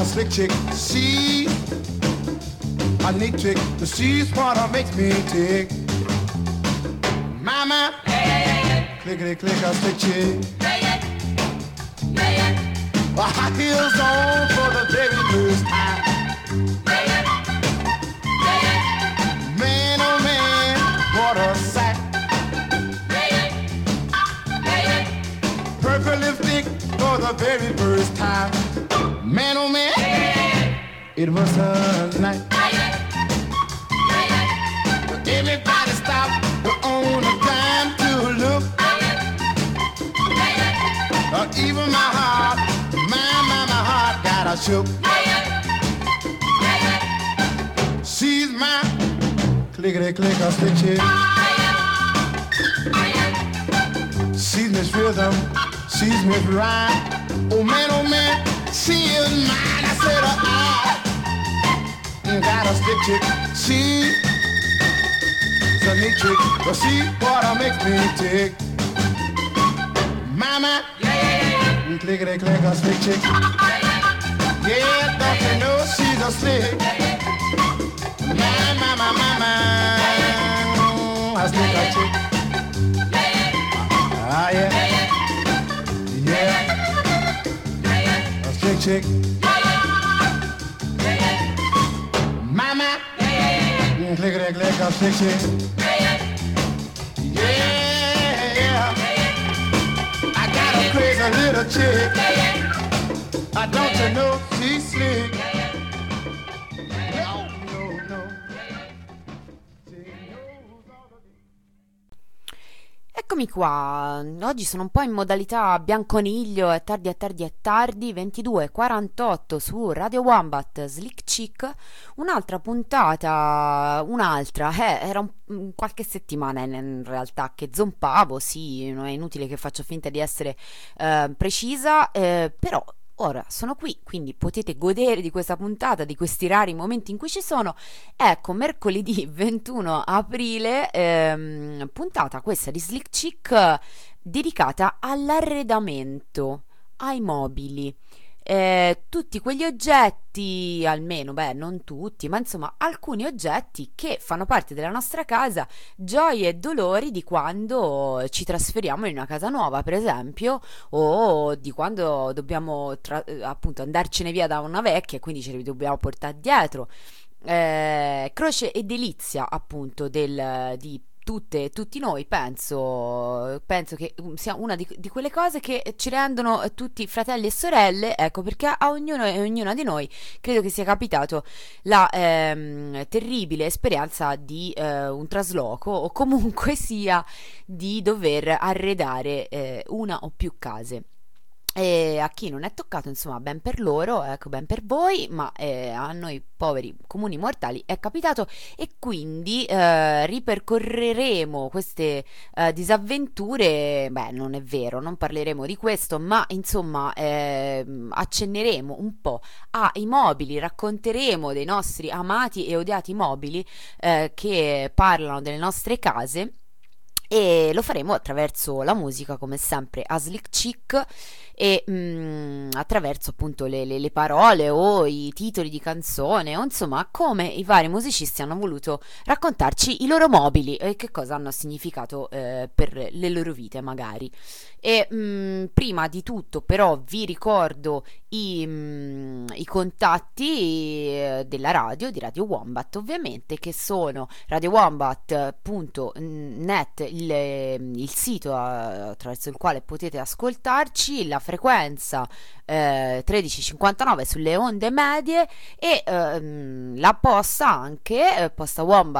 slick chick. She a neat chick. She's what makes me tick. Mama, clickety click, a slick chick. High heels on for the very first time. Man, oh man, what a sack. Purple lipstick for the very first time. Man, oh man, it was a night. Everybody stopped on a dime to look. Even my heart, my heart got a shook. She's my clickety click a stick chick. She's Miss Rhythm, she's Miss Rhyme. Oh man, she is mine. I said I got a stick chick. She's a neat chick, but she what makes me tick. Mama, clickety click a slick chick. Yeah, don't you know she's a slick. My, a slick a chick. Ah yeah, yeah, a slick chick. Mama, clickety click a slick chick. Yeah, I got a crazy little chick. Don't you know she's slick? No. Eccomi qua, oggi sono un po' in modalità bianconiglio, è tardi, 22:48 su Radio Wombat, Slick Chick, un'altra puntata, era qualche settimana in realtà che zompavo, sì, non è inutile che faccio finta di essere precisa, però ora sono qui, quindi potete godere di questa puntata, di questi rari momenti in cui ci sono. Ecco, mercoledì 21 aprile, puntata questa di Slick Chick dedicata all'arredamento, ai mobili. Tutti quegli oggetti, almeno, non tutti, ma insomma alcuni oggetti che fanno parte della nostra casa, gioie e dolori di quando ci trasferiamo in una casa nuova, per esempio, o di quando dobbiamo appunto andarcene via da una vecchia e quindi ce li dobbiamo portare dietro. Croce e delizia appunto di tutti noi, penso che sia una di quelle cose che ci rendono tutti fratelli e sorelle, ecco perché a ognuno e ognuna di noi credo che sia capitato la terribile esperienza di un trasloco o comunque sia di dover arredare una o più case. E a chi non è toccato, insomma, ben per loro, ecco, ben per voi, ma a noi poveri comuni mortali è capitato e quindi ripercorreremo queste disavventure. Non è vero, non parleremo di questo, ma insomma accenneremo un po' ai mobili, racconteremo dei nostri amati e odiati mobili che parlano delle nostre case. E lo faremo attraverso la musica, come sempre a Slick Chick, e attraverso appunto le parole o i titoli di canzone, o insomma come i vari musicisti hanno voluto raccontarci i loro mobili e che cosa hanno significato per le loro vite magari. E prima di tutto però vi ricordo i contatti della radio, di Radio Wombat ovviamente, che sono radiowombat.net, il sito attraverso il quale potete ascoltarci, la frequenza 1359 sulle onde medie, e la posta anche, posta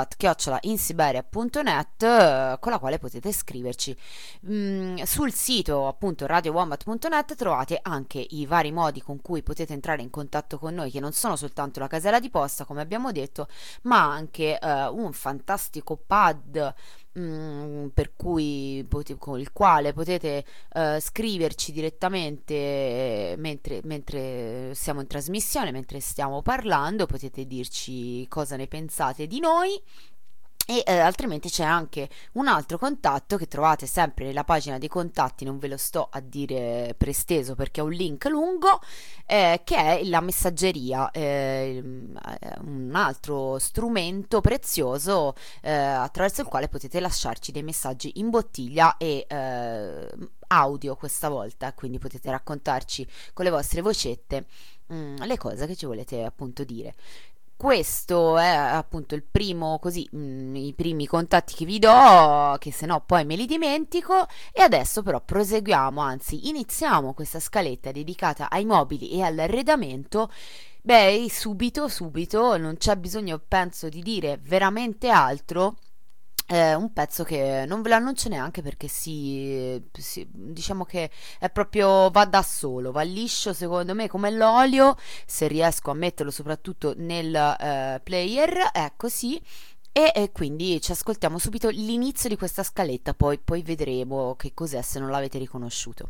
wombat@insiberia.net, con la quale potete scriverci. Sul sito appunto radiowombat.net trovate anche i vari modi con cui potete entrare in contatto con noi, che non sono soltanto la casella di posta come abbiamo detto, ma anche un fantastico pad per cui con il quale potete scriverci direttamente mentre siamo in trasmissione, mentre stiamo parlando, potete dirci cosa ne pensate di noi. E altrimenti c'è anche un altro contatto che trovate sempre nella pagina dei contatti, non ve lo sto a dire per esteso perché è un link lungo, che è la messaggeria, un altro strumento prezioso attraverso il quale potete lasciarci dei messaggi in bottiglia e audio questa volta, quindi potete raccontarci con le vostre vocette le cose che ci volete appunto dire. Questo è appunto il primo, così, i primi contatti che vi do, che se no poi me li dimentico. E adesso però proseguiamo, anzi iniziamo questa scaletta dedicata ai mobili e all'arredamento. Beh, subito, non c'è bisogno, penso, di dire veramente altro. Un pezzo che non ve lo annuncio neanche perché diciamo che è proprio, va da solo, va liscio secondo me come l'olio, se riesco a metterlo soprattutto nel player, ecco sì. E quindi ci ascoltiamo subito l'inizio di questa scaletta, poi vedremo che cos'è se non l'avete riconosciuto.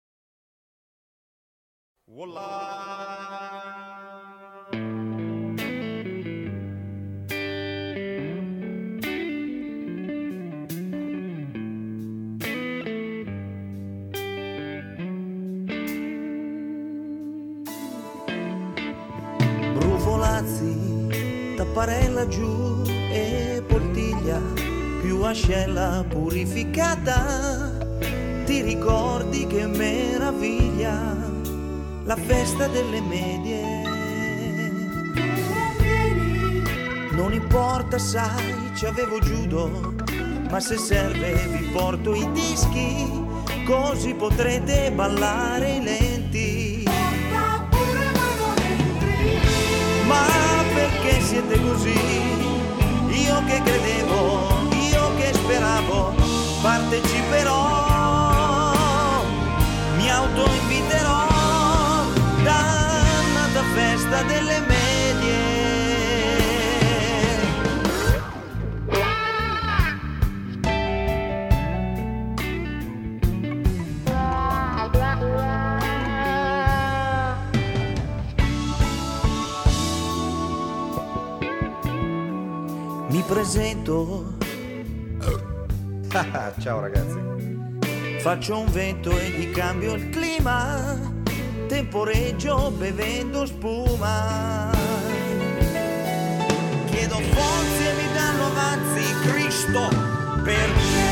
Tapparella giù e poltiglia, più ascella purificata. Ti ricordi che meraviglia la festa delle medie? Non importa, sai, ci avevo judo, ma se serve vi porto i dischi, così potrete ballare i lenti. Ma perché siete così? Io che credevo, io che speravo, parteciperò, mi autoinviterò, dannata festa delle medie. Mi presento. Ciao ragazzi. Faccio un vento e gli cambio il clima, temporeggio bevendo spuma. Chiedo forze e mi danno avanzi, Cristo, perché?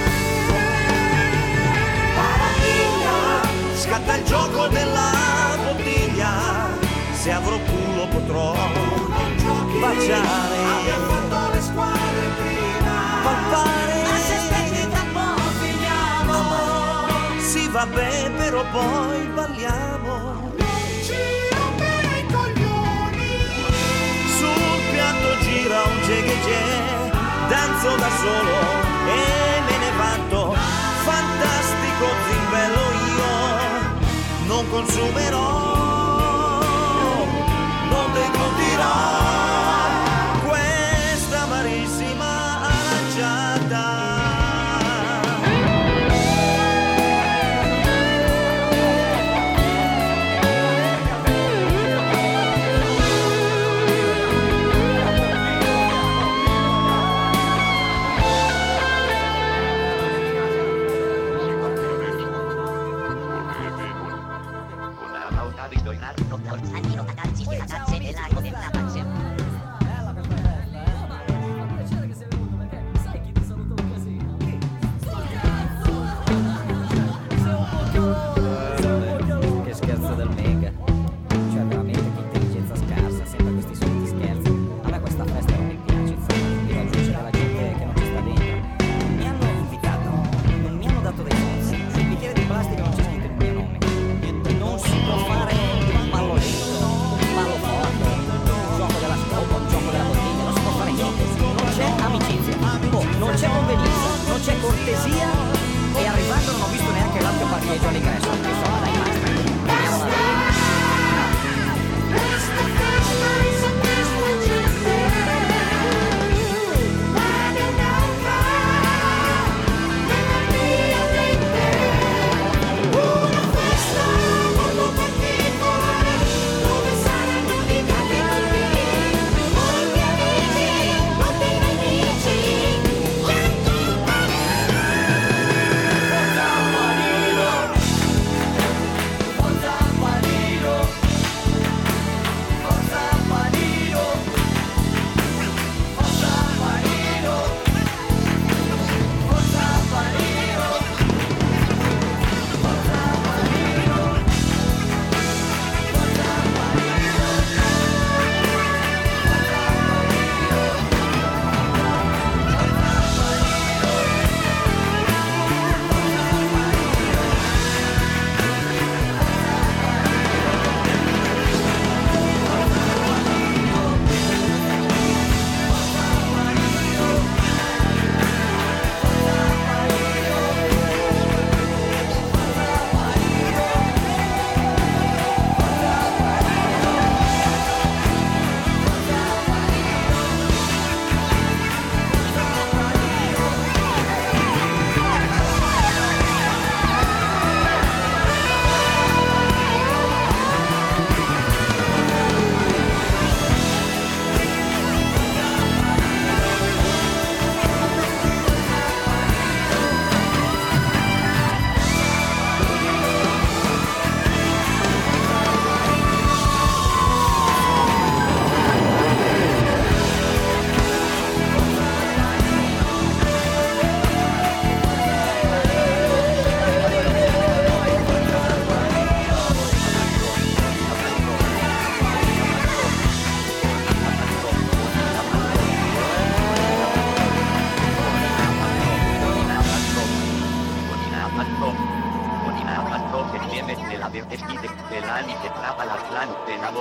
Scatta il gioco della bottiglia, se avrò culo potrò baciare. Abbiamo fatto le squadre prima, papare, ma se aspetti tra un po' finiamo. Sì vabbè, però poi balliamo. Non ci rompere i coglioni. Sul piatto gira un jeghe, danzo da solo e me ne vanto. Fantastico zimbello io, non consumerò, non deglutirò questa amarissima aranciata. Che scherzo del mega. Cioè veramente che intelligenza scarsa, sempre questi soliti scherzi. A me questa festa non mi piace, mi raggiunge della gente che non ci sta dentro. Non mi hanno invitato, non mi hanno dato dei soldi. Sul bicchiere di plastica non c'è scritto il mio nome. Non si può fare un ballo lento, un ballo forte, un gioco della scopa, un gioco della bottiglia, non si può fare niente. Non c'è amicizia, non c'è convenienza, non c'è cortesia e arrivando non ho visto neanche l'altro parcheggio all'ingresso. Insomma, dai, basta. Andiamo avanti. Amici,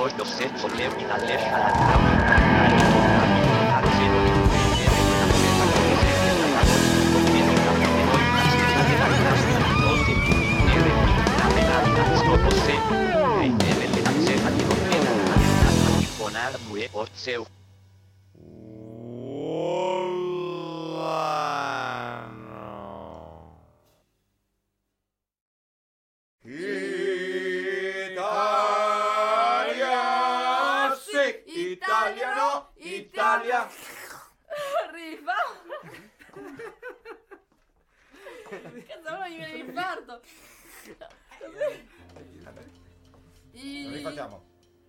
Italia, sì, Italia no, Italia. Arriva. Cazzo, ora mi viene l'infarto. Rifacciamo.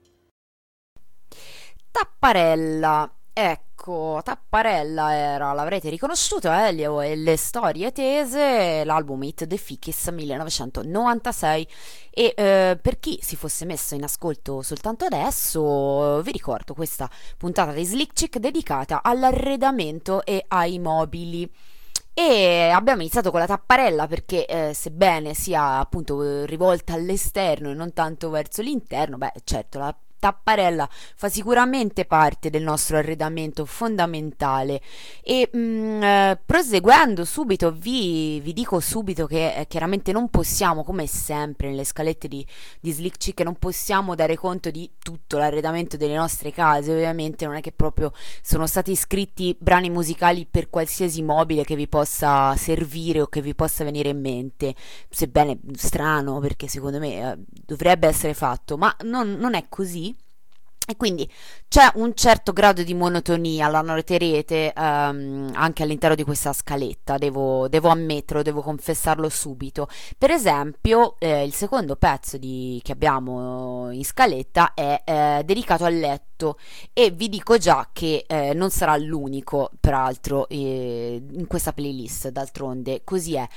Tapparella. Ecco, Tapparella era, l'avrete riconosciuto, Elio e le storie tese, l'album Hit The Fickies 1996. E per chi si fosse messo in ascolto soltanto adesso, vi ricordo questa puntata di Slick Chick dedicata all'arredamento e ai mobili. E abbiamo iniziato con la tapparella perché sebbene sia appunto rivolta all'esterno e non tanto verso l'interno, beh certo la tapparella fa sicuramente parte del nostro arredamento fondamentale. E proseguendo subito vi dico subito che chiaramente non possiamo, come sempre nelle scalette di Slick Chick, non possiamo dare conto di tutto l'arredamento delle nostre case. Ovviamente non è che proprio sono stati scritti brani musicali per qualsiasi mobile che vi possa servire o che vi possa venire in mente, sebbene strano perché secondo me dovrebbe essere fatto, ma non è così. E quindi c'è un certo grado di monotonia, la noterete anche all'interno di questa scaletta, devo ammetterlo, devo confessarlo subito. Per esempio, il secondo pezzo che abbiamo in scaletta è dedicato al letto, e vi dico già che non sarà l'unico, peraltro, in questa playlist, d'altronde così è.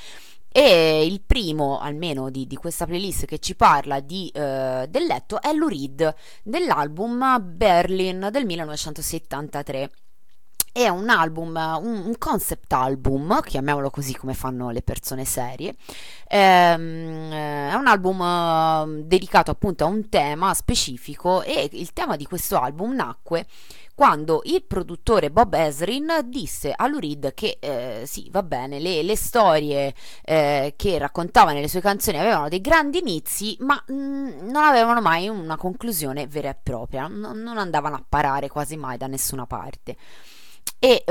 E il primo, almeno di questa playlist, che ci parla del letto è Lou Reed, dell'album Berlin del 1973. È un album, un concept album, chiamiamolo così come fanno le persone serie. È un album dedicato appunto a un tema specifico, e il tema di questo album nacque quando il produttore Bob Ezrin disse a Lou Reed che sì, va bene, le storie che raccontava nelle sue canzoni avevano dei grandi inizi, ma non avevano mai una conclusione vera e propria, non andavano a parare quasi mai da nessuna parte. E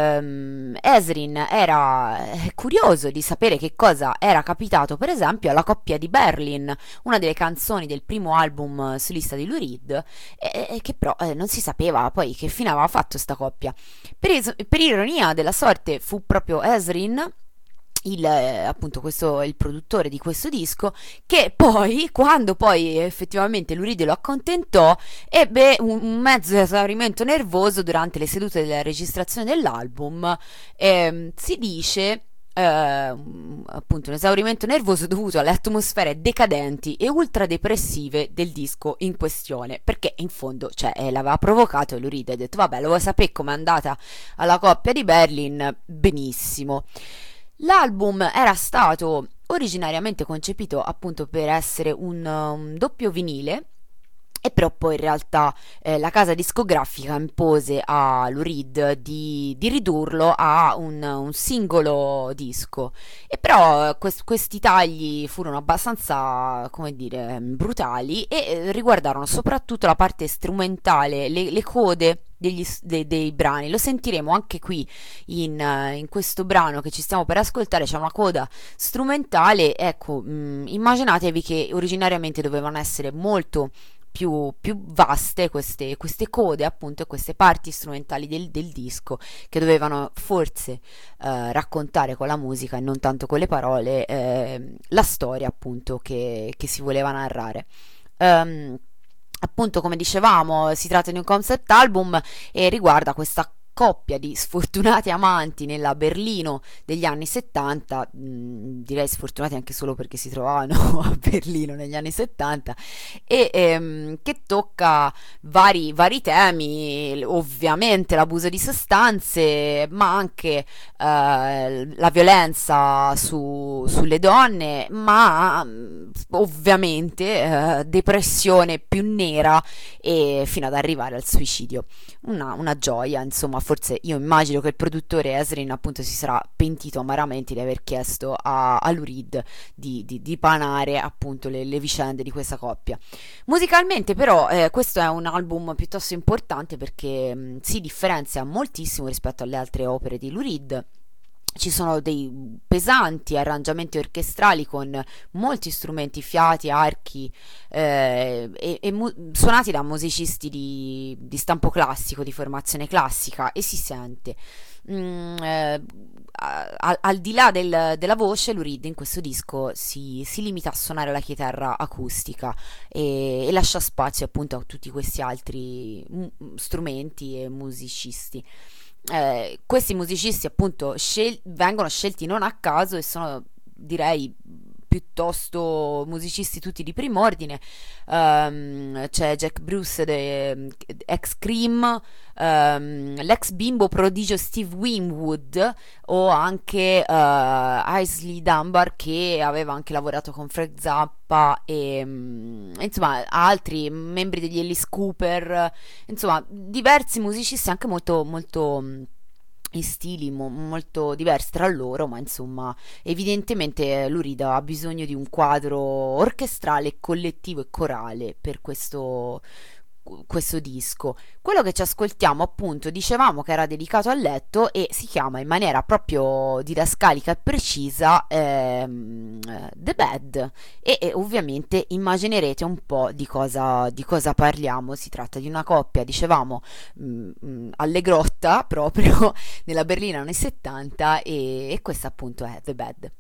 Ezrin era curioso di sapere che cosa era capitato per esempio alla coppia di Berlin, una delle canzoni del primo album solista di Lou Reed, e che però non si sapeva poi che fine aveva fatto sta coppia. Per ironia della sorte fu proprio Ezrin, appunto il produttore di questo disco, che poi, quando poi effettivamente Lou Reed lo accontentò, ebbe un mezzo esaurimento nervoso durante le sedute della registrazione dell'album. Si dice appunto un esaurimento nervoso dovuto alle atmosfere decadenti e ultradepressive del disco in questione, perché in fondo l'aveva provocato, e Lou Reed ha detto vabbè, lo vuoi sapere com'è andata alla coppia di Berlin? Benissimo. L'album era stato originariamente concepito appunto per essere un doppio vinile, e però poi in realtà la casa discografica impose a Lou Reed di ridurlo a un singolo disco. E però questi tagli furono abbastanza, come dire, brutali, e riguardarono soprattutto la parte strumentale, le code dei brani. Lo sentiremo anche qui in questo brano che ci stiamo per ascoltare. C'è una coda strumentale, ecco, immaginatevi che originariamente dovevano essere molto più vaste queste code, appunto, e queste parti strumentali del disco, che dovevano forse raccontare con la musica e non tanto con le parole la storia appunto che si voleva narrare. Appunto, come dicevamo, si tratta di un concept album e riguarda questa coppia di sfortunati amanti nella Berlino degli anni 70, direi sfortunati anche solo perché si trovavano a Berlino negli anni 70, e che tocca vari temi, ovviamente l'abuso di sostanze, ma anche la violenza sulle donne, ma ovviamente depressione più nera, e fino ad arrivare al suicidio. Una gioia, insomma. Forse io immagino che il produttore Esrin appunto si sarà pentito amaramente di aver chiesto a Lou Reed di panare appunto le vicende di questa coppia. Musicalmente però questo è un album piuttosto importante, perché si differenzia moltissimo rispetto alle altre opere di Lou Reed. Ci sono dei pesanti arrangiamenti orchestrali con molti strumenti, fiati, archi, suonati da musicisti di stampo classico, di formazione classica, e si sente. Al di là della voce, Lou Reed in questo disco si limita a suonare la chitarra acustica e lascia spazio appunto a tutti questi altri strumenti e musicisti. Questi musicisti appunto vengono scelti non a caso, e sono, direi, piuttosto musicisti tutti di prim'ordine. C'è Jack Bruce, ex Cream, l'ex bimbo prodigio Steve Winwood, o anche Aisley Dunbar, che aveva anche lavorato con Frank Zappa, e insomma altri membri degli Alice Cooper, insomma diversi musicisti anche molto in stili molto diversi tra loro, ma insomma evidentemente Lou Reed ha bisogno di un quadro orchestrale, collettivo e corale per questo disco. Quello che ci ascoltiamo, appunto, dicevamo che era dedicato al letto, e si chiama in maniera proprio didascalica e precisa The Bed, e ovviamente immaginerete un po' di cosa parliamo. Si tratta di una coppia, dicevamo, alle grotta, proprio nella Berlina anni 70, e questa appunto è The Bed.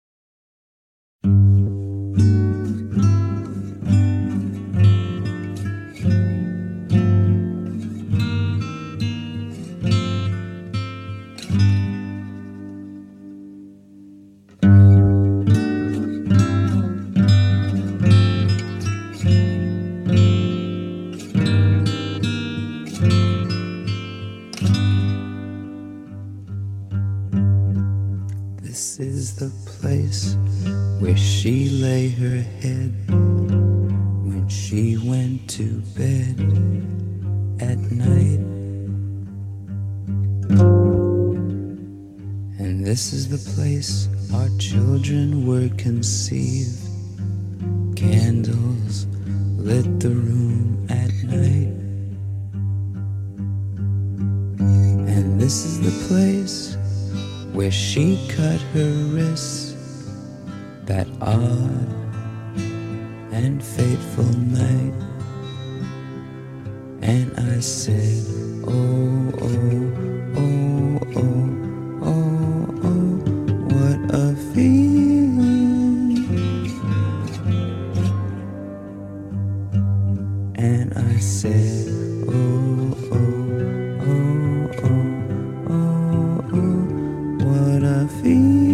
This is the place where she lay her head when she went to bed at night. And this is the place our children were conceived. Candles lit the room at night. And this is the place where she cut her wrists that odd and fateful night. And I said, oh, oh, oh, oh, oh, oh, what a feeling. And I said, oh, oh, oh, oh, oh, oh, what a feeling.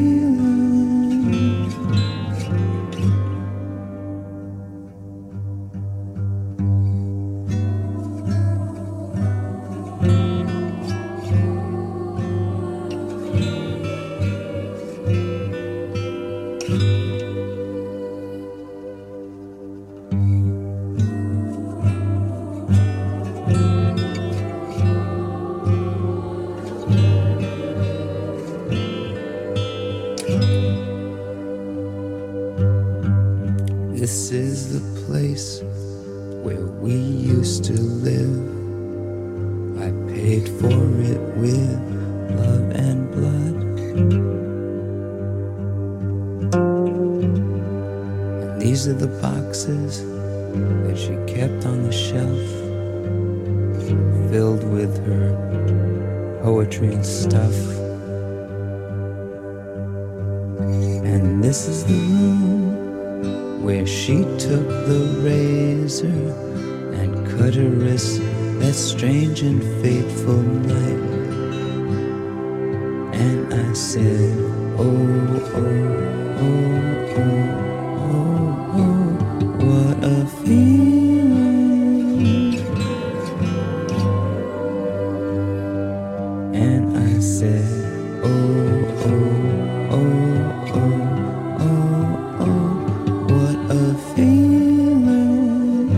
This is the place where we used to live. I paid for it with love and blood. And these are the boxes that she kept on the shelf, filled with her poetry and stuff. And this is the room where she took the razor and cut her wrist that strange and fateful night. And I said, oh, oh, oh, oh, oh, oh, what a feeling. And I said, oh, oh, oh, oh, oh, oh, what a feeling.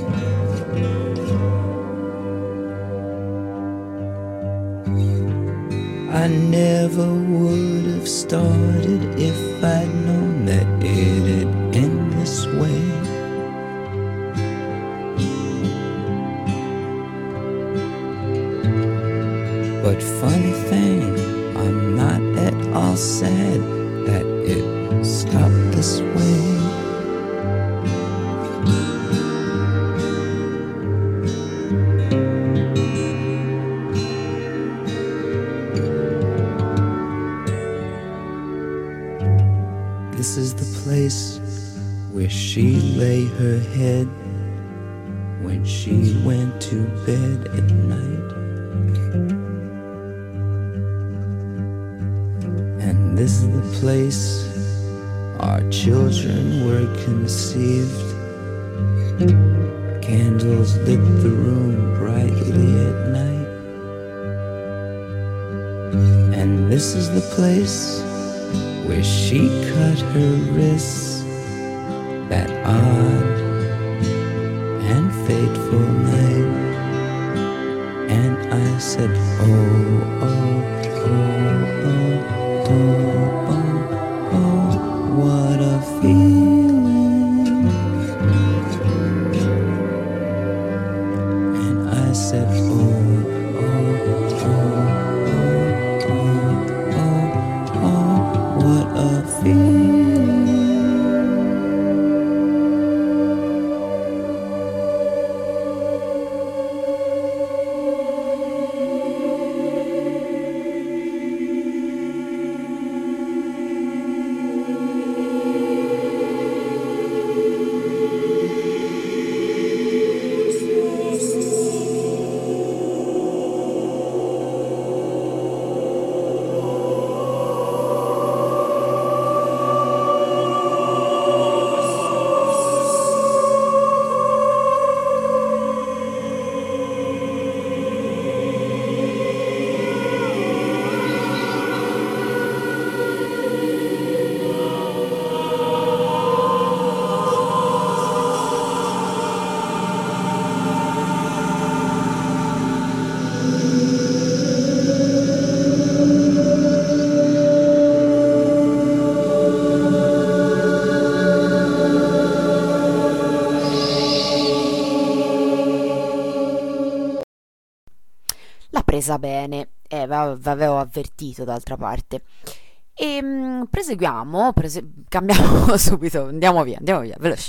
I never would have started if I'd known that it'd end this way. But funny thing, I'm not at all sad that it stopped this way. This is the place where she lay her head when she went to bed at night. And this is the place our children were conceived. Candles lit the room brightly at night. And this is the place where she cut her wrists that odd and fateful night. And I said, oh, oh, oh, oh, oh, oh, oh, what a feeling. And I said, oh, oh, oh, oh, oh, oh, what a feeling. Presa bene, avevo avvertito d'altra parte. E proseguiamo, cambiamo subito, andiamo via, veloci.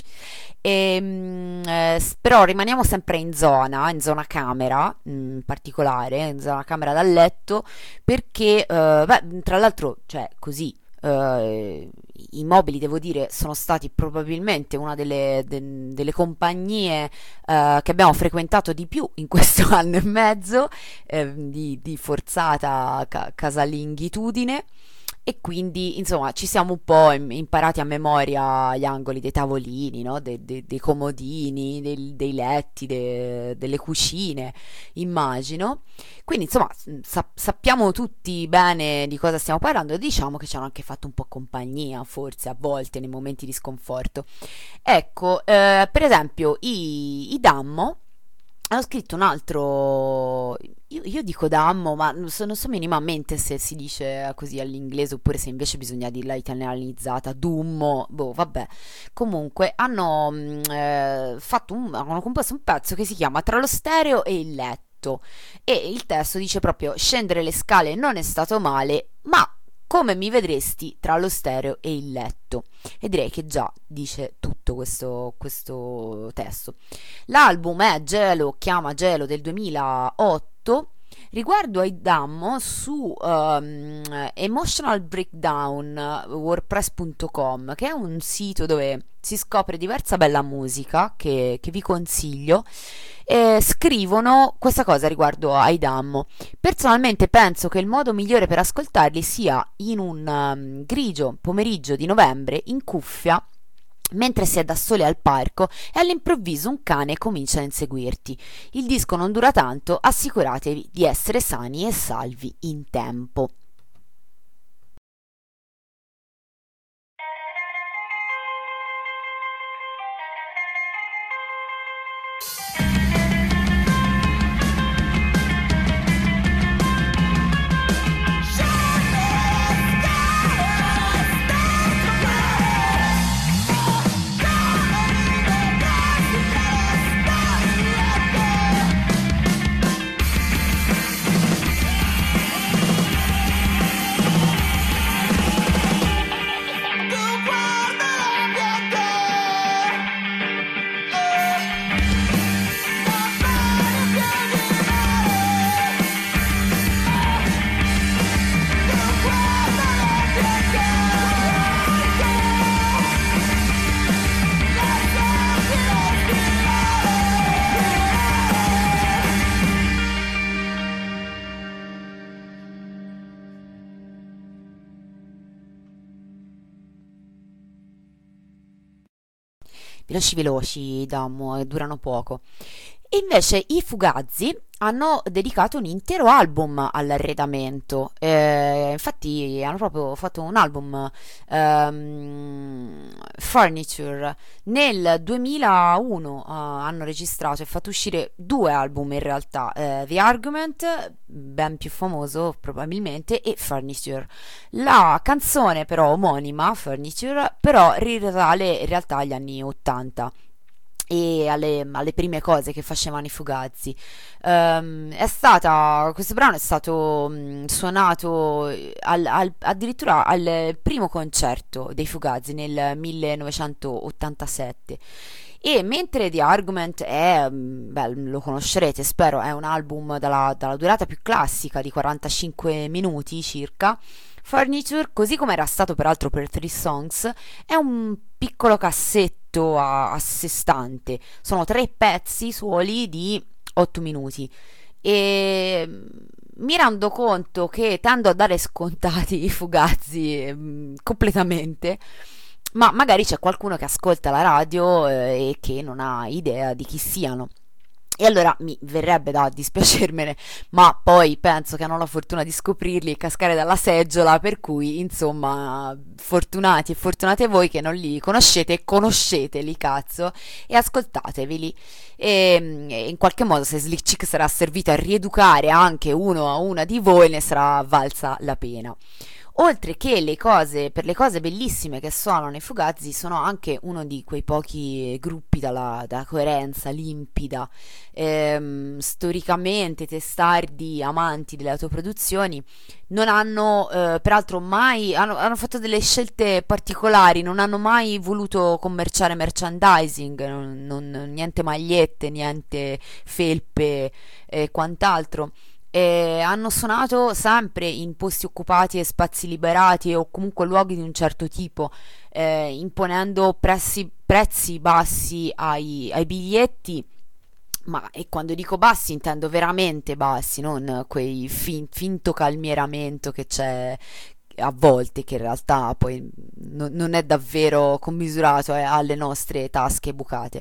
Però rimaniamo sempre in zona camera, in particolare, in zona camera da letto, perché, tra l'altro, cioè, così, i mobili, devo dire, sono stati probabilmente una delle compagnie che abbiamo frequentato di più in questo anno e mezzo di forzata casalingitudine, e quindi insomma ci siamo un po' imparati a memoria gli angoli dei tavolini, no? Dei comodini, dei letti, delle cucine, immagino. Quindi insomma sappiamo tutti bene di cosa stiamo parlando. Diciamo che ci hanno anche fatto un po' compagnia, forse a volte nei momenti di sconforto. Ecco, per esempio i Dammo hanno scritto un altro, io dico Dammo, ma non so minimamente se si dice così all'inglese oppure se invece bisogna dirla italianizzata, Dummo, boh, vabbè. Comunque hanno hanno composto un pezzo che si chiama Tra lo stereo e il letto, e il testo dice proprio: scendere le scale non è stato male, ma come mi vedresti tra lo stereo e il letto. E direi che già dice tutto questo testo. L'album è Gelo chiama Gelo del 2008. Riguardo ai Dammo, su Emotional Breakdown wordpress.com, che è un sito dove si scopre diversa bella musica che vi consiglio, scrivono questa cosa riguardo ai Dammo. Personalmente penso che il modo migliore per ascoltarli sia in un grigio pomeriggio di novembre in cuffia mentre si è da sole al parco e all'improvviso un cane comincia a inseguirti. Il disco non dura tanto, assicuratevi di essere sani e salvi in tempo. Veloci veloci, Dammo, durano poco. E invece i Fugazi hanno dedicato un intero album all'arredamento. Infatti hanno proprio fatto un album Furniture. Nel 2001 hanno registrato e fatto uscire due album in realtà, The Argument, ben più famoso probabilmente, e Furniture. La canzone però omonima, Furniture, però risale in realtà agli anni 80 e alle prime cose che facevano i Fugazi. Questo brano è stato suonato addirittura al primo concerto dei Fugazi nel 1987. E mentre The Argument è, beh, lo conoscerete, spero, è un album dalla durata più classica di 45 minuti circa, Furniture, così come era stato peraltro per Three Songs, è un piccolo cassetto a sé stante. Sono 3 pezzi soli di 8 minuti e mi rendo conto che tendo a dare scontati i Fugazi completamente, ma magari c'è qualcuno che ascolta la radio e che non ha idea di chi siano. E allora mi verrebbe da dispiacermene, ma poi penso che hanno la fortuna di scoprirli e cascare dalla seggiola, per cui insomma fortunati e fortunate voi che non li conoscete, conosceteli cazzo e ascoltateveli. E in qualche modo se Slick Chick sarà servito a rieducare anche uno a una di voi ne sarà valsa la pena. Oltre che per le cose bellissime che suonano i Fugazi, sono anche uno di quei pochi gruppi dalla coerenza limpida, storicamente testardi, amanti delle autoproduzioni. Non hanno peraltro mai hanno fatto delle scelte particolari, non hanno mai voluto commerciare merchandising, niente magliette, niente felpe e quant'altro. Hanno suonato sempre in posti occupati e spazi liberati o comunque luoghi di un certo tipo, imponendo prezzi bassi ai biglietti. Ma e quando dico bassi intendo veramente bassi, non quei finto calmieramento che c'è a volte, che in realtà poi non è davvero commisurato alle nostre tasche bucate.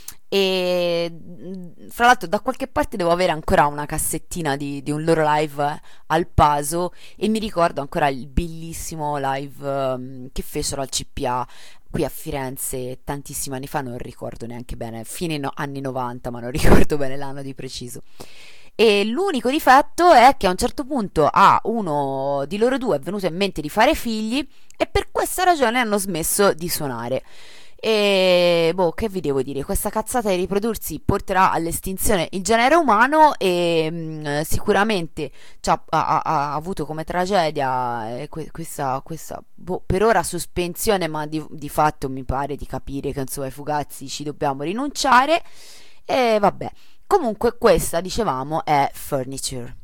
E fra l'altro da qualche parte devo avere ancora una cassettina di un loro live al Paso, e mi ricordo ancora il bellissimo live che fecero al CPA qui a Firenze tantissimi anni fa, non ricordo neanche bene, fine anni 90, ma non ricordo bene l'anno di preciso. E l'unico difetto è che a un certo punto a uno di loro due è venuto in mente di fare figli e per questa ragione hanno smesso di suonare. E boh, che vi devo dire? Questa cazzata di riprodursi porterà all'estinzione il genere umano e sicuramente ha avuto come tragedia questa boh, per ora sospensione, ma di fatto mi pare di capire che insomma ai Fugazzi ci dobbiamo rinunciare. E vabbè, comunque questa, dicevamo, è Furniture.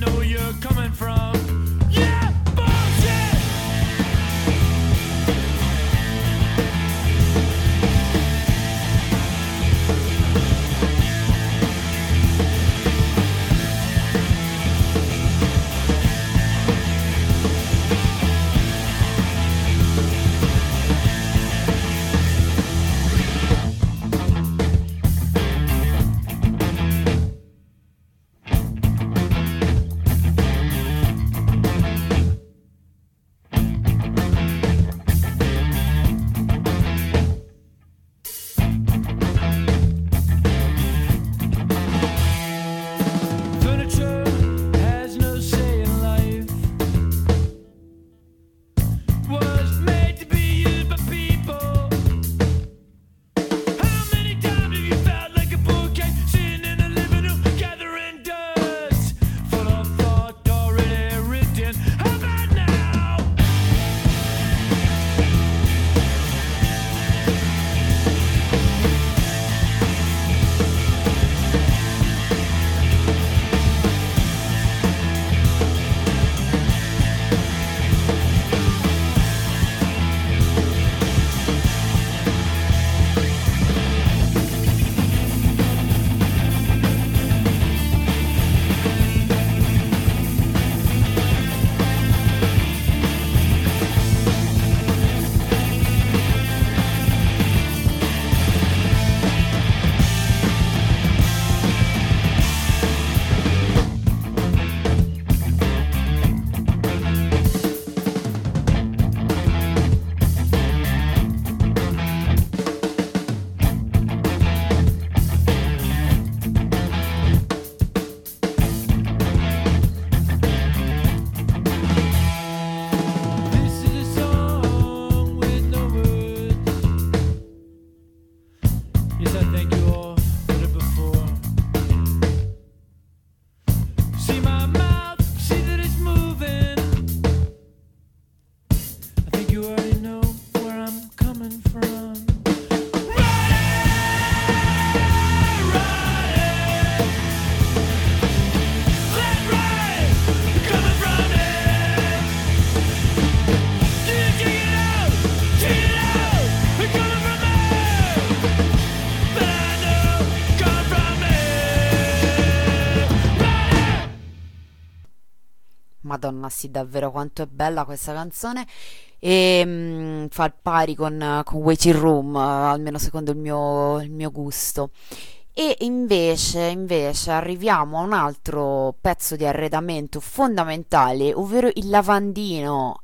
know where you're coming from. Yeah, bullshit. Furniture has no say in life. Was made to be used by people. How many times have you felt like a bouquet sitting in a living room gathering dust? Full of thought already written. How about now? This is a song with no words. Yes, I think you all heard it before. See my mouth, see that it's moving. I think you already know where I'm coming from. Madonna, sì, davvero quanto è bella questa canzone. E fa il pari con Waiting Room, almeno secondo il mio gusto. E invece arriviamo a un altro pezzo di arredamento fondamentale, ovvero il lavandino.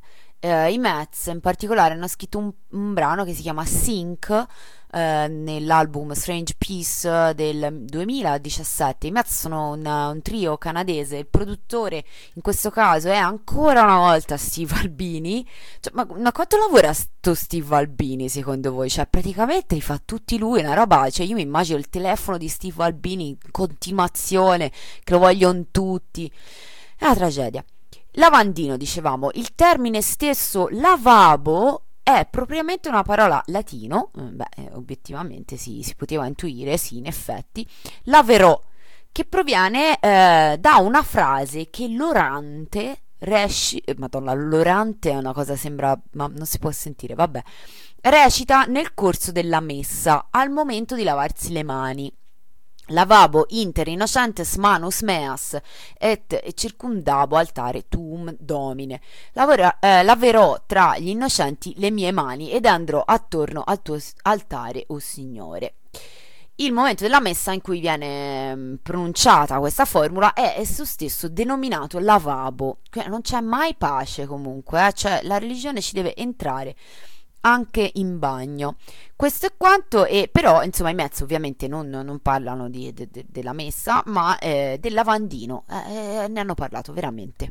I Mets in particolare hanno scritto un brano che si chiama Sync, nell'album Strange Peace del 2017. I Mets sono un trio canadese. Il produttore in questo caso è ancora una volta Steve Albini. Cioè, ma quanto lavora sto Steve Albini secondo voi? Cioè, praticamente li fa tutti lui, una roba. Cioè, io mi immagino il telefono di Steve Albini in continuazione, che lo vogliono tutti. È una tragedia. Lavandino, dicevamo, il termine stesso lavabo è propriamente una parola latino. Obiettivamente si poteva intuire, sì, in effetti. Laverò, che proviene da una frase che l'orante Madonna, l'orante è una cosa, sembra, ma non si può sentire, vabbè, recita nel corso della messa al momento di lavarsi le mani. Lavabo inter innocentes manus meas et circundabo altare tuum domine. Laverò tra gli innocenti le mie mani ed andrò attorno al tuo altare, o Signore. Il momento della messa in cui viene pronunciata questa formula è esso stesso denominato lavabo. Non c'è mai pace comunque, cioè la religione ci deve entrare anche in bagno. Questo è quanto. E però insomma i Mets ovviamente non parlano della messa, ma del lavandino, ne hanno parlato veramente.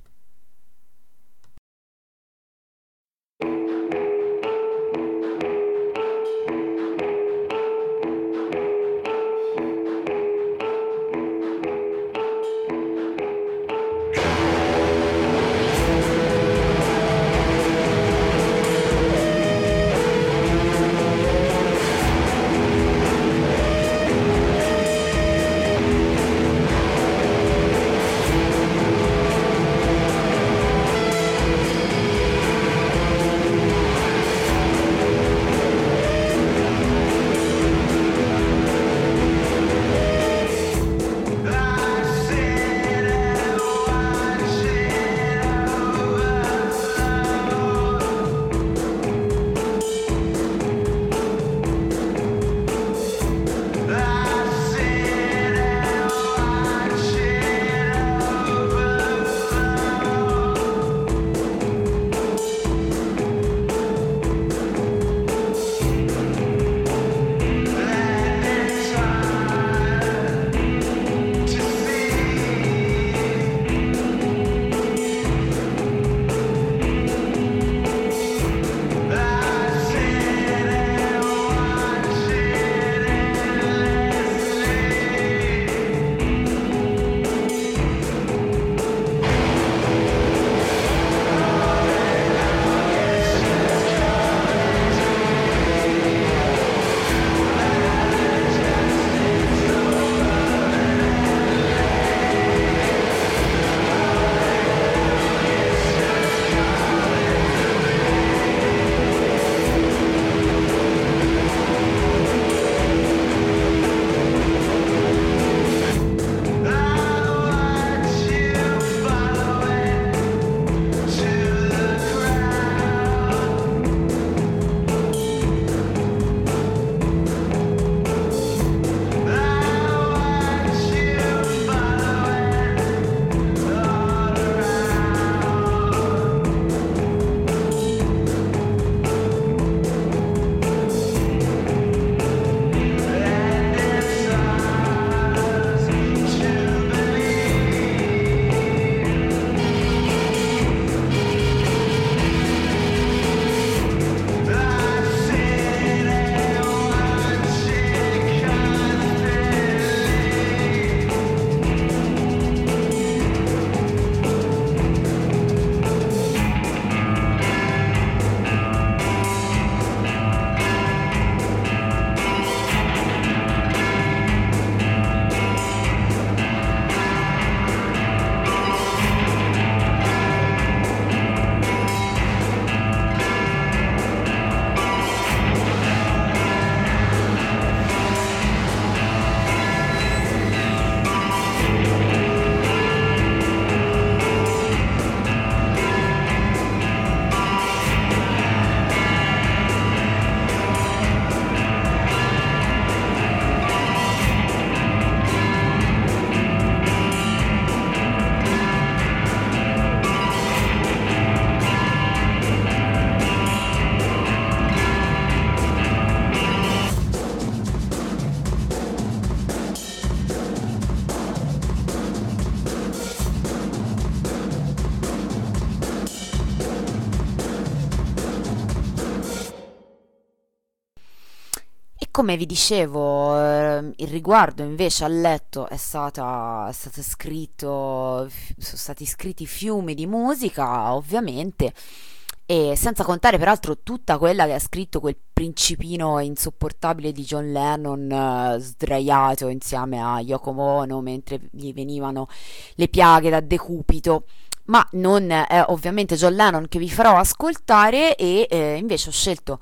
come vi dicevo, il riguardo invece al letto è stato scritto, sono stati scritti fiumi di musica, ovviamente, e senza contare peraltro tutta quella che ha scritto quel principino insopportabile di John Lennon, sdraiato insieme a Yoko Ono mentre gli venivano le piaghe da decupito. Ma non è ovviamente John Lennon che vi farò ascoltare, e invece ho scelto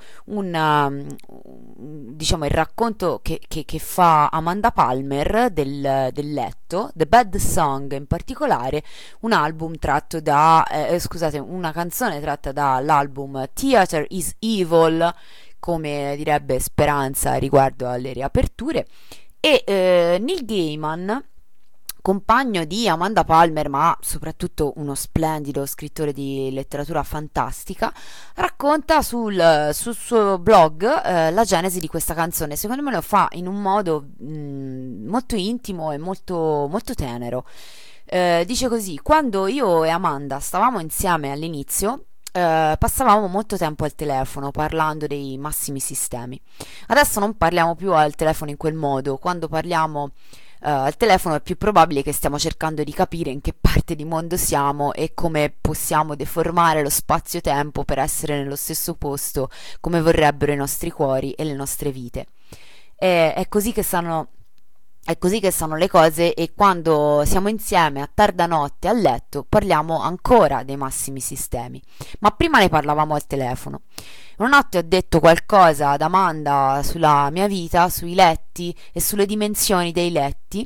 diciamo il racconto che fa Amanda Palmer del letto, The Bad Song in particolare, un album tratto da, scusate, una canzone tratta dall'album Theater is Evil, come direbbe Speranza riguardo alle riaperture. E Neil Gaiman, compagno di Amanda Palmer, ma soprattutto uno splendido scrittore di letteratura fantastica, racconta sul suo blog la genesi di questa canzone. Secondo me lo fa in un modo molto intimo e molto, molto tenero. Dice così: quando io e Amanda stavamo insieme all'inizio, passavamo molto tempo al telefono parlando dei massimi sistemi. Adesso non parliamo più al telefono in quel modo. Quando parliamo al telefono è più probabile che stiamo cercando di capire in che parte di mondo siamo e come possiamo deformare lo spazio-tempo per essere nello stesso posto come vorrebbero i nostri cuori e le nostre vite. È così che stanno le cose, e quando siamo insieme a tarda notte a letto parliamo ancora dei massimi sistemi, ma prima ne parlavamo al telefono. Una notte ho detto qualcosa ad Amanda sulla mia vita, sui letti e sulle dimensioni dei letti,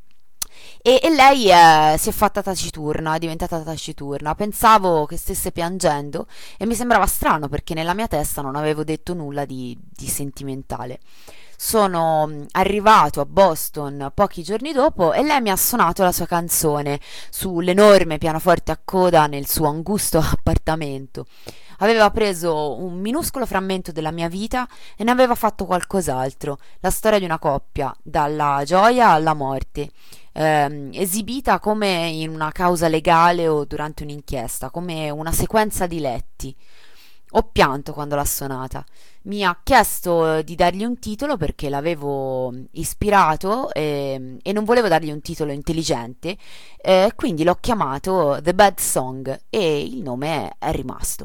e lei si è fatta taciturna, è diventata taciturna. Pensavo che stesse piangendo e mi sembrava strano perché nella mia testa non avevo detto nulla di sentimentale. Sono arrivato a Boston pochi giorni dopo e lei mi ha suonato la sua canzone sull'enorme pianoforte a coda nel suo angusto appartamento. Aveva preso un minuscolo frammento della mia vita e ne aveva fatto qualcos'altro, la storia di una coppia, dalla gioia alla morte, esibita come in una causa legale o durante un'inchiesta, come una sequenza di letti. Ho pianto quando l'ha suonata. Mi ha chiesto di dargli un titolo perché l'avevo ispirato, e non volevo dargli un titolo intelligente, quindi l'ho chiamato The Bad Song e il nome è rimasto.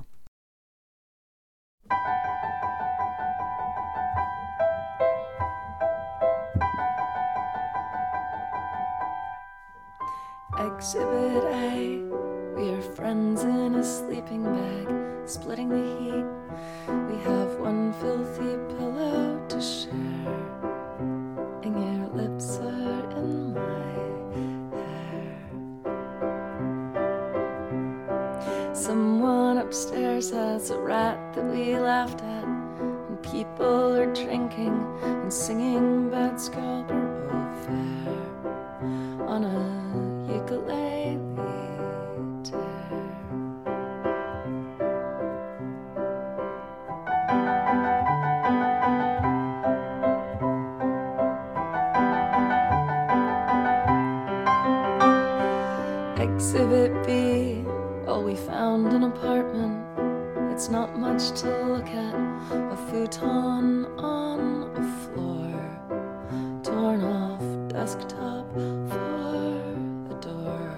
Exhibit A, we are friends in a sleeping bag, splitting the heat. We have one filthy pillow to share, and your lips are in my hair. Someone upstairs has a rat that we laughed at, and people are drinking and singing bad Scarborough Fair on a ukulele tear. Exhibit B, well, we found an apartment. It's not much to look at, a futon on a floor, torn off desktop for a door.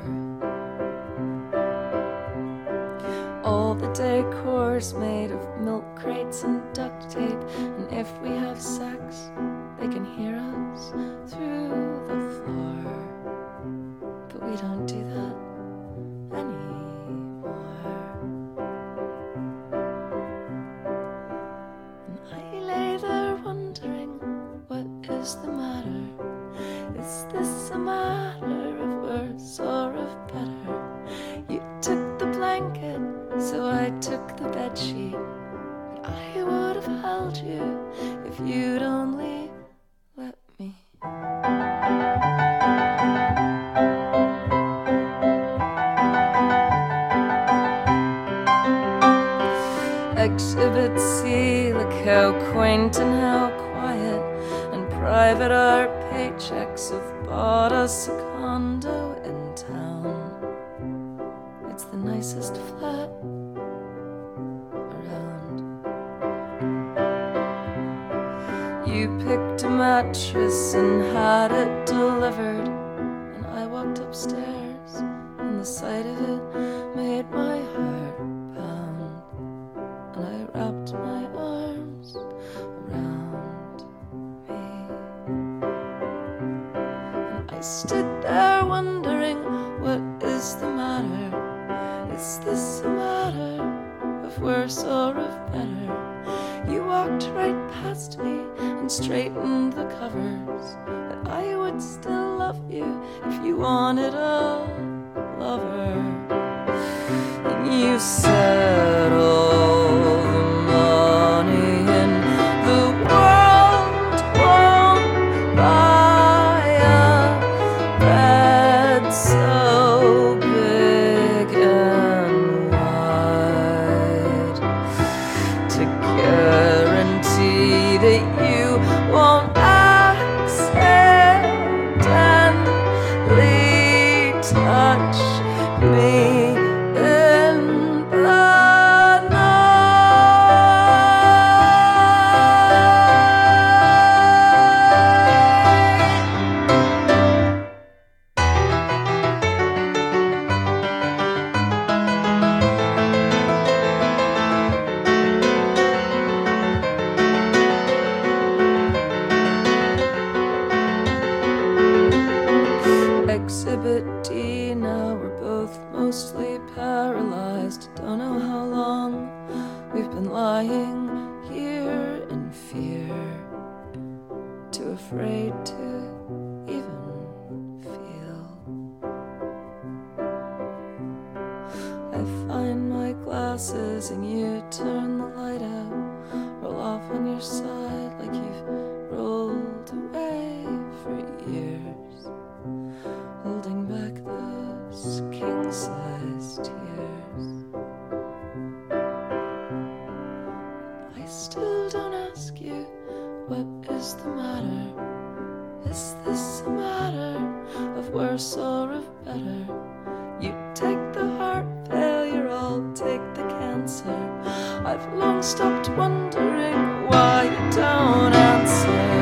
All the decor's made of milk crates and duct tape, and if we have sex, they can hear us through the floor. But we don't do that anymore. And I lay there wondering, what is the matter? Is this a matter of worse or of better? You took the blanket, so I took the bedsheet. But I would have held you if you'd only let me. Exhibit C, look how quaint and how quiet and private our paychecks have bought us a condo in town. It's the nicest flat around. You picked a mattress and had it delivered, and I walked upstairs, and the sight of it made my heart pound, and I wrapped my arms around me, and I stood there wondering, what is the matter? Is this a matter of worse or of better? You walked right past me and straightened the covers, but I would still love you if you wanted a lover. And you said all the money in the world won't buy a bed so big and wide to guarantee that you won't accidentally touch me in the Exhibit D, now we're both mostly paralyzed. Don't know how long we've been lying here in fear, too afraid to even feel. I find my glasses and you turn the light out, roll off on your side like you've rolled away for years, holding back those king-size tears. I still don't ask you, what is the matter? Is this a matter of worse or of better? You take the heart failure, I'll take the cancer. I've long stopped wondering why you don't answer.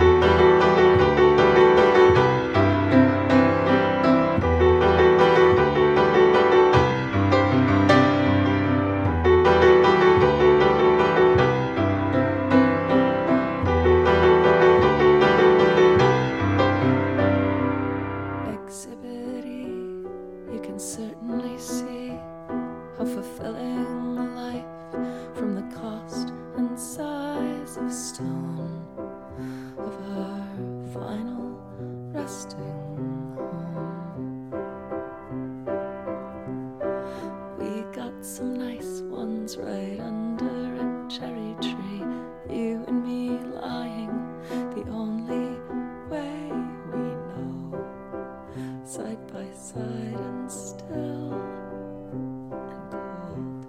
Exhibit E, you can certainly see how fulfilling a life from the cost and size of stone of our final resting home. We got some nice ones right under a cherry tree, you and me lying the only way we know, side by side and still and cold.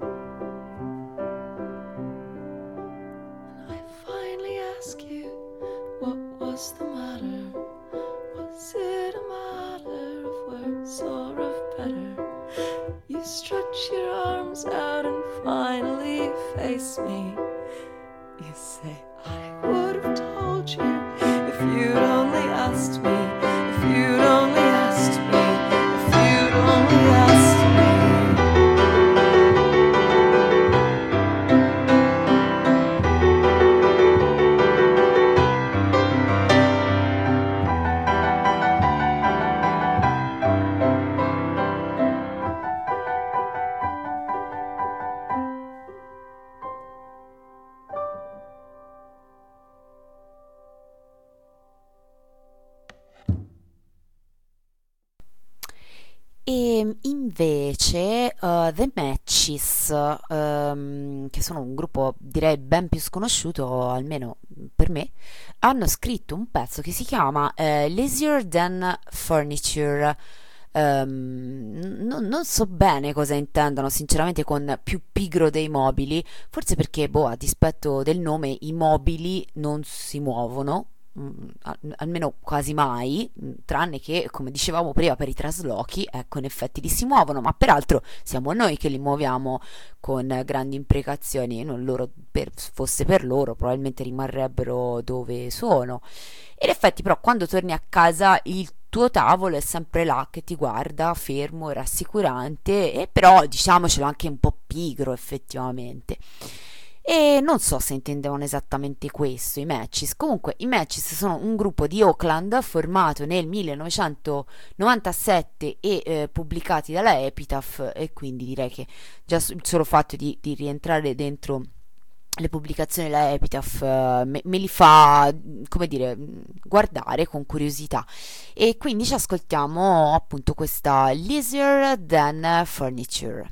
And I finally ask you, what was the matter? Was it a matter of worse or of better? You stretch your arms out and finally face me. You say, I would have told you if you'd only asked me, if you'd only asked me, if you'd only asked me. E invece The Matches, che sono un gruppo direi ben più sconosciuto, almeno per me, hanno scritto un pezzo che si chiama Lazier Than Furniture. Non so bene cosa intendano sinceramente con più pigro dei mobili, forse perché, boh, a dispetto del nome, i mobili non si muovono, almeno quasi mai, tranne che, come dicevamo prima, per i traslochi, ecco, in effetti li si muovono, ma peraltro siamo noi che li muoviamo con grandi imprecazioni, non loro, fosse per loro probabilmente rimarrebbero dove sono. E in effetti però quando torni a casa il tuo tavolo è sempre là che ti guarda, fermo e rassicurante, e però diciamocelo anche un po' pigro effettivamente. E non so se intendevano esattamente questo i Matches. Comunque i Matches sono un gruppo di Oakland formato nel 1997 e pubblicati dalla Epitaph, e quindi direi che già il solo fatto di rientrare dentro le pubblicazioni della Epitaph me li fa, come dire, guardare con curiosità. E quindi ci ascoltiamo appunto questa Leisure Than Furniture.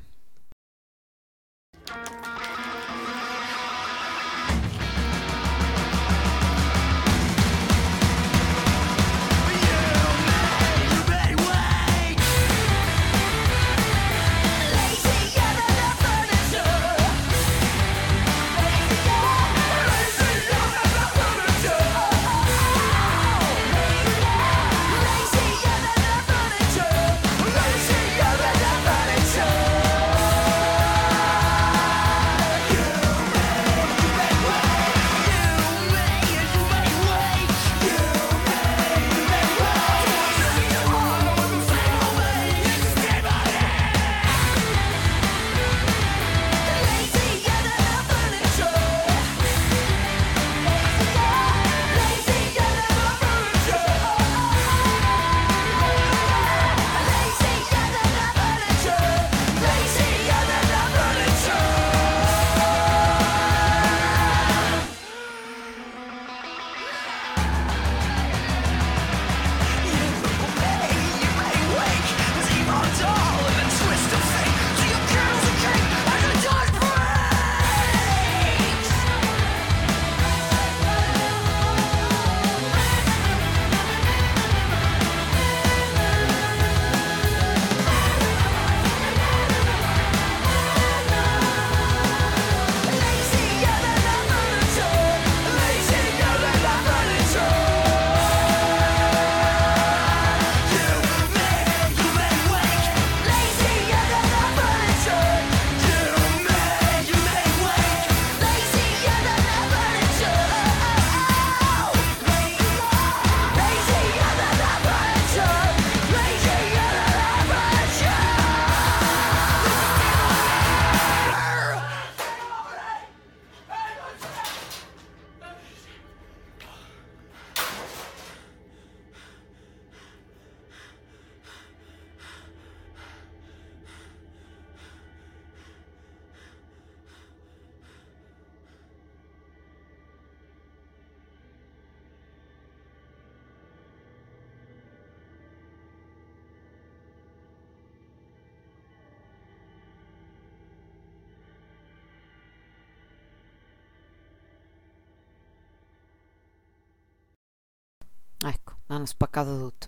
Ecco, hanno spaccato tutto.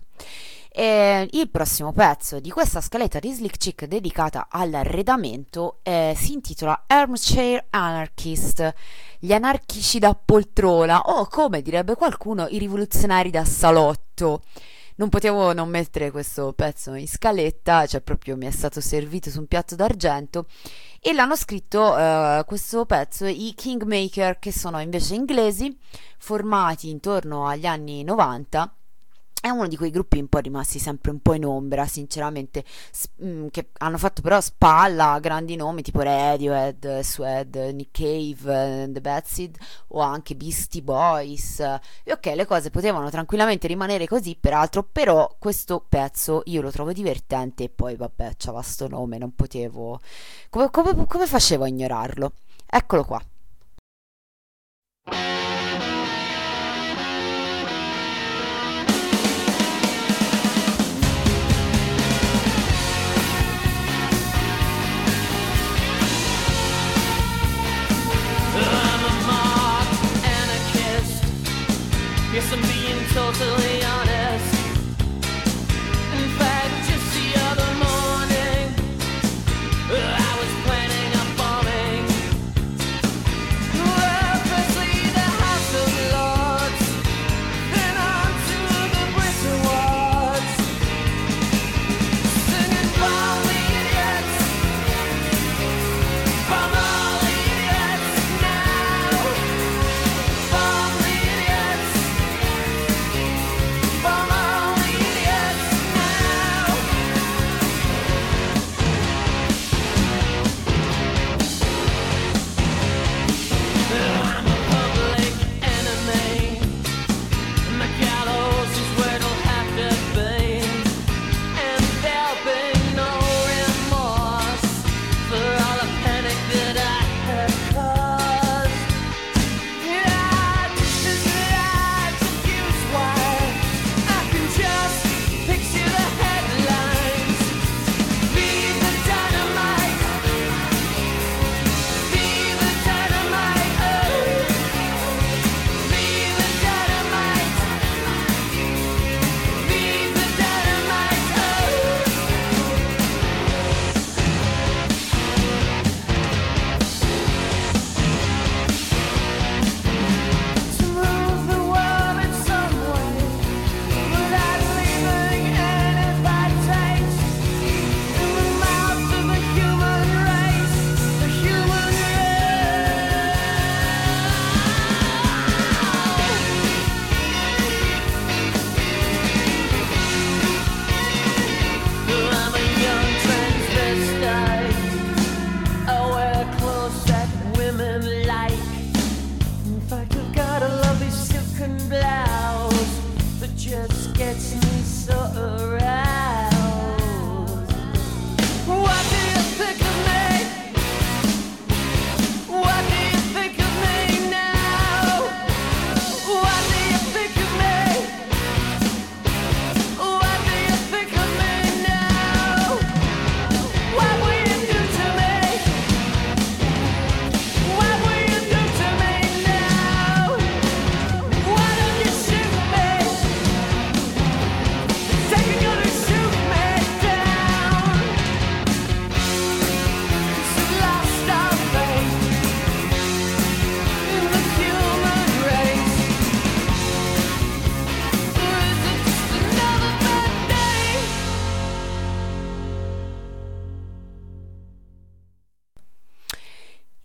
E il prossimo pezzo di questa scaletta di Slick Chick dedicata all'arredamento si intitola Armchair Anarchist, gli anarchici da poltrona, o come direbbe qualcuno, i rivoluzionari da salotto. Non potevo non mettere questo pezzo in scaletta, cioè proprio mi è stato servito su un piatto d'argento, e l'hanno scritto questo pezzo i Kingmaker, che sono invece inglesi, formati intorno agli anni 90. È uno di quei gruppi un po' rimasti sempre un po' in ombra, sinceramente, che hanno fatto però spalla a grandi nomi tipo Radiohead, Suede, Nick Cave, The Bad Seed o anche Beastie Boys. E ok, le cose potevano tranquillamente rimanere così, peraltro, però questo pezzo io lo trovo divertente, e poi vabbè, c'aveva sto nome, non potevo... Come facevo a ignorarlo? Eccolo qua. Yes, I'm being totally honest. In fact, just the other morning, I was planning on bombing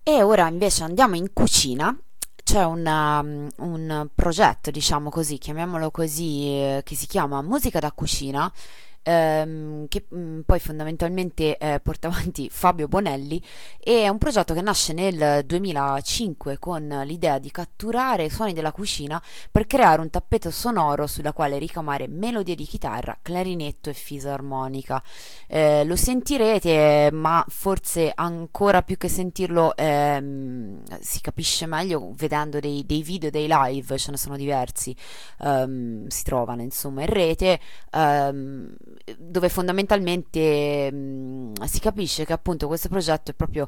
E ora invece andiamo in cucina. C'è un progetto, diciamo così, chiamiamolo così, che si chiama Musica da cucina, che poi fondamentalmente porta avanti Fabio Bonelli. E è un progetto che nasce nel 2005 con l'idea di catturare i suoni della cucina per creare un tappeto sonoro sulla quale ricamare melodie di chitarra, clarinetto e fisarmonica. Lo sentirete, ma forse ancora più che sentirlo si capisce meglio vedendo dei video, dei live, ce ne sono diversi, si trovano insomma in rete, dove fondamentalmente si capisce che appunto questo progetto è proprio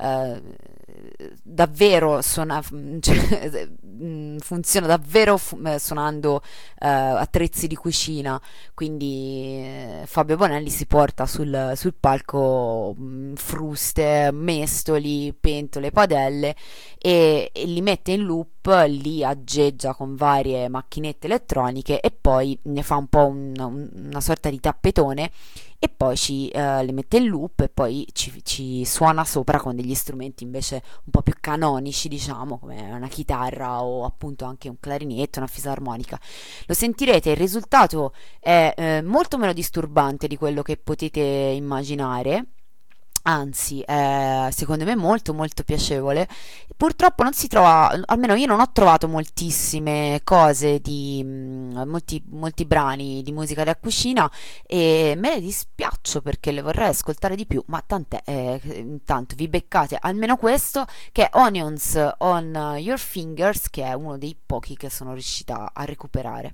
davvero cioè, funziona davvero suonando attrezzi di cucina. Quindi Fabio Bonelli si porta sul palco fruste, mestoli, pentole, padelle e li mette in loop, li aggeggia con varie macchinette elettroniche e poi ne fa un po' una sorta di tappetone e poi le mette in loop e poi ci suona sopra con degli strumenti invece un po' più canonici, diciamo, come una chitarra o appunto anche un clarinetto, una fisarmonica. Lo sentirete, il risultato è molto meno disturbante di quello che potete immaginare. Anzi, secondo me molto molto piacevole. Purtroppo non si trova, almeno io non ho trovato moltissime cose molti brani di musica da cucina e me ne dispiaccio perché le vorrei ascoltare di più, ma tant'è, intanto vi beccate almeno questo, che è Onions on Your Fingers, che è uno dei pochi che sono riuscita a recuperare.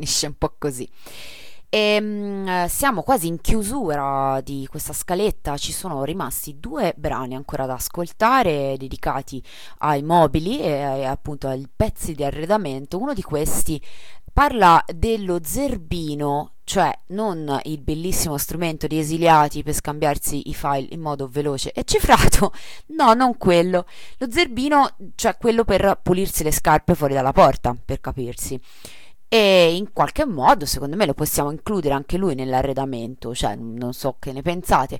finisce un po' così. Siamo quasi in chiusura di questa scaletta, ci sono rimasti due brani ancora da ascoltare dedicati ai mobili e appunto ai pezzi di arredamento. Uno di questi parla dello zerbino, cioè non il bellissimo strumento di esiliati per scambiarsi i file in modo veloce e cifrato, no, non quello. Lo zerbino, cioè quello per pulirsi le scarpe fuori dalla porta, per capirsi. E in qualche modo, secondo me, lo possiamo includere anche lui nell'arredamento, cioè non so che ne pensate.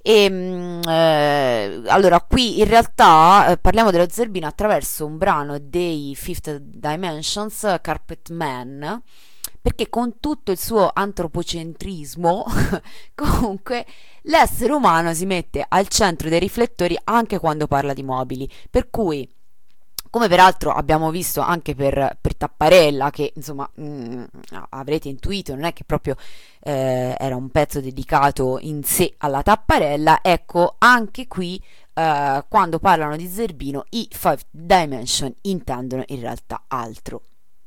Allora, qui in realtà parliamo dello zerbino attraverso un brano dei Fifth Dimensions, Carpet Man, perché con tutto il suo antropocentrismo, comunque, l'essere umano si mette al centro dei riflettori anche quando parla di mobili, per cui come peraltro abbiamo visto anche per Tapparella, che insomma avrete intuito, non è che proprio era un pezzo dedicato in sé alla Tapparella, ecco, anche qui quando parlano di zerbino i Five Dimension intendono in realtà altro.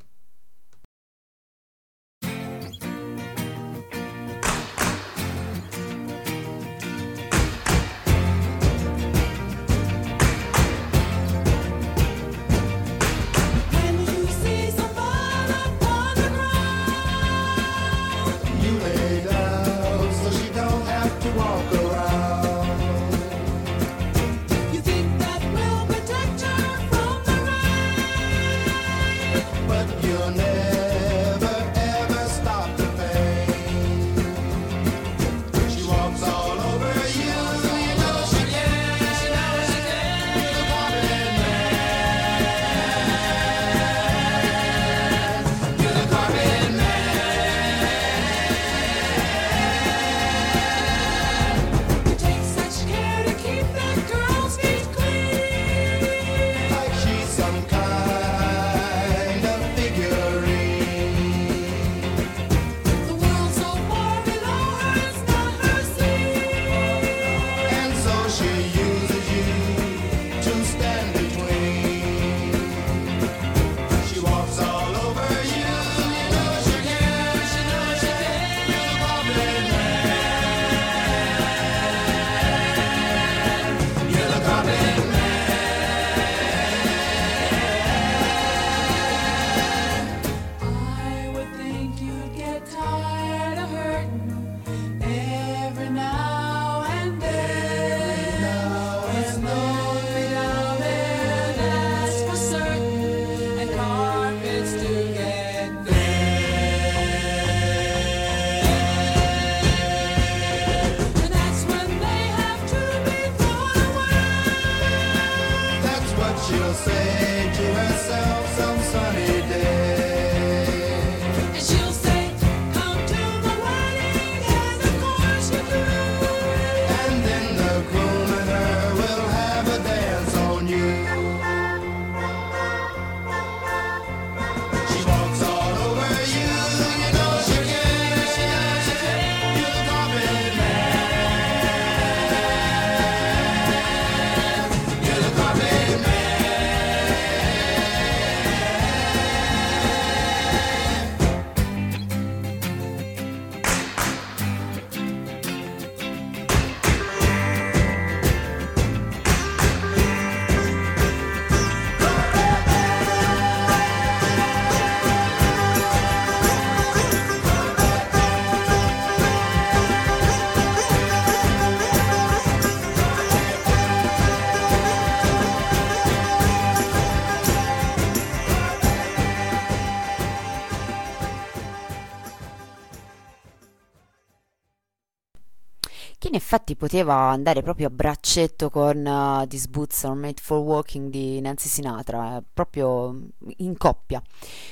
Che in effetti poteva andare proprio a braccetto con These Boots Are Made for Walking di Nancy Sinatra, proprio in coppia.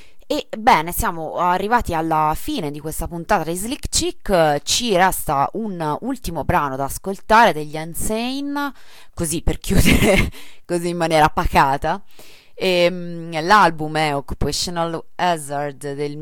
E bene, siamo arrivati alla fine di questa puntata di Slick Chick. Ci resta un ultimo brano da ascoltare degli Unsane, così per chiudere così in maniera pacata. L'album è Occupational Hazard del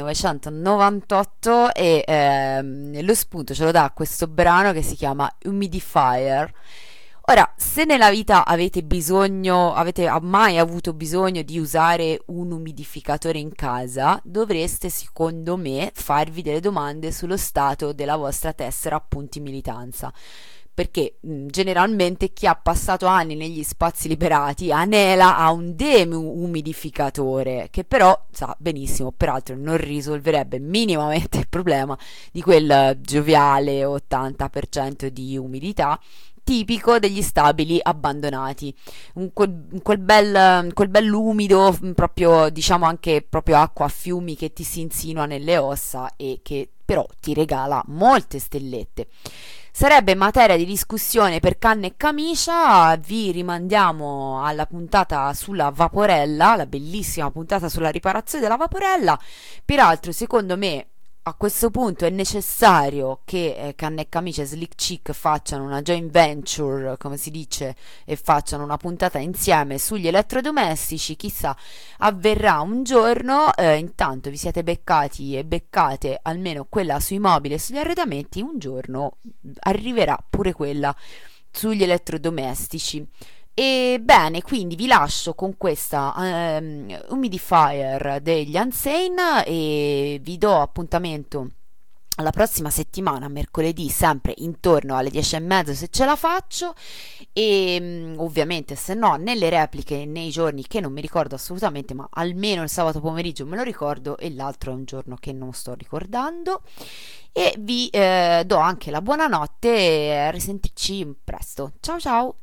1998 e lo spunto ce lo dà questo brano che si chiama Humidifier. Ora, se nella vita avete mai avuto bisogno di usare un umidificatore in casa, dovreste, secondo me, farvi delle domande sullo stato della vostra tessera appunti militanza. Perché generalmente chi ha passato anni negli spazi liberati anela a un deumidificatore, che però sa benissimo, peraltro non risolverebbe minimamente il problema di quel gioviale 80% di umidità tipico degli stabili abbandonati, quel bell'umido, proprio, diciamo, anche proprio acqua a fiumi che ti si insinua nelle ossa e che però ti regala molte stellette. Sarebbe materia di discussione per canna e camicia. Vi rimandiamo alla puntata sulla vaporella, la bellissima puntata sulla riparazione della vaporella. Peraltro, secondo me, a questo punto è necessario che Canna e Camicia e Slick Chick facciano una joint venture, come si dice, e facciano una puntata insieme sugli elettrodomestici. Chissà, avverrà un giorno. Intanto vi siete beccati e beccate almeno quella sui mobili e sugli arredamenti. Un giorno arriverà pure quella sugli elettrodomestici. E bene, quindi vi lascio con questa humidifier degli Unsane e vi do appuntamento alla prossima settimana, mercoledì, sempre intorno alle 10:30 se ce la faccio, e ovviamente se no nelle repliche nei giorni che non mi ricordo assolutamente, ma almeno il sabato pomeriggio me lo ricordo e l'altro è un giorno che non sto ricordando. E vi do anche la buonanotte e a risentirci presto. Ciao ciao!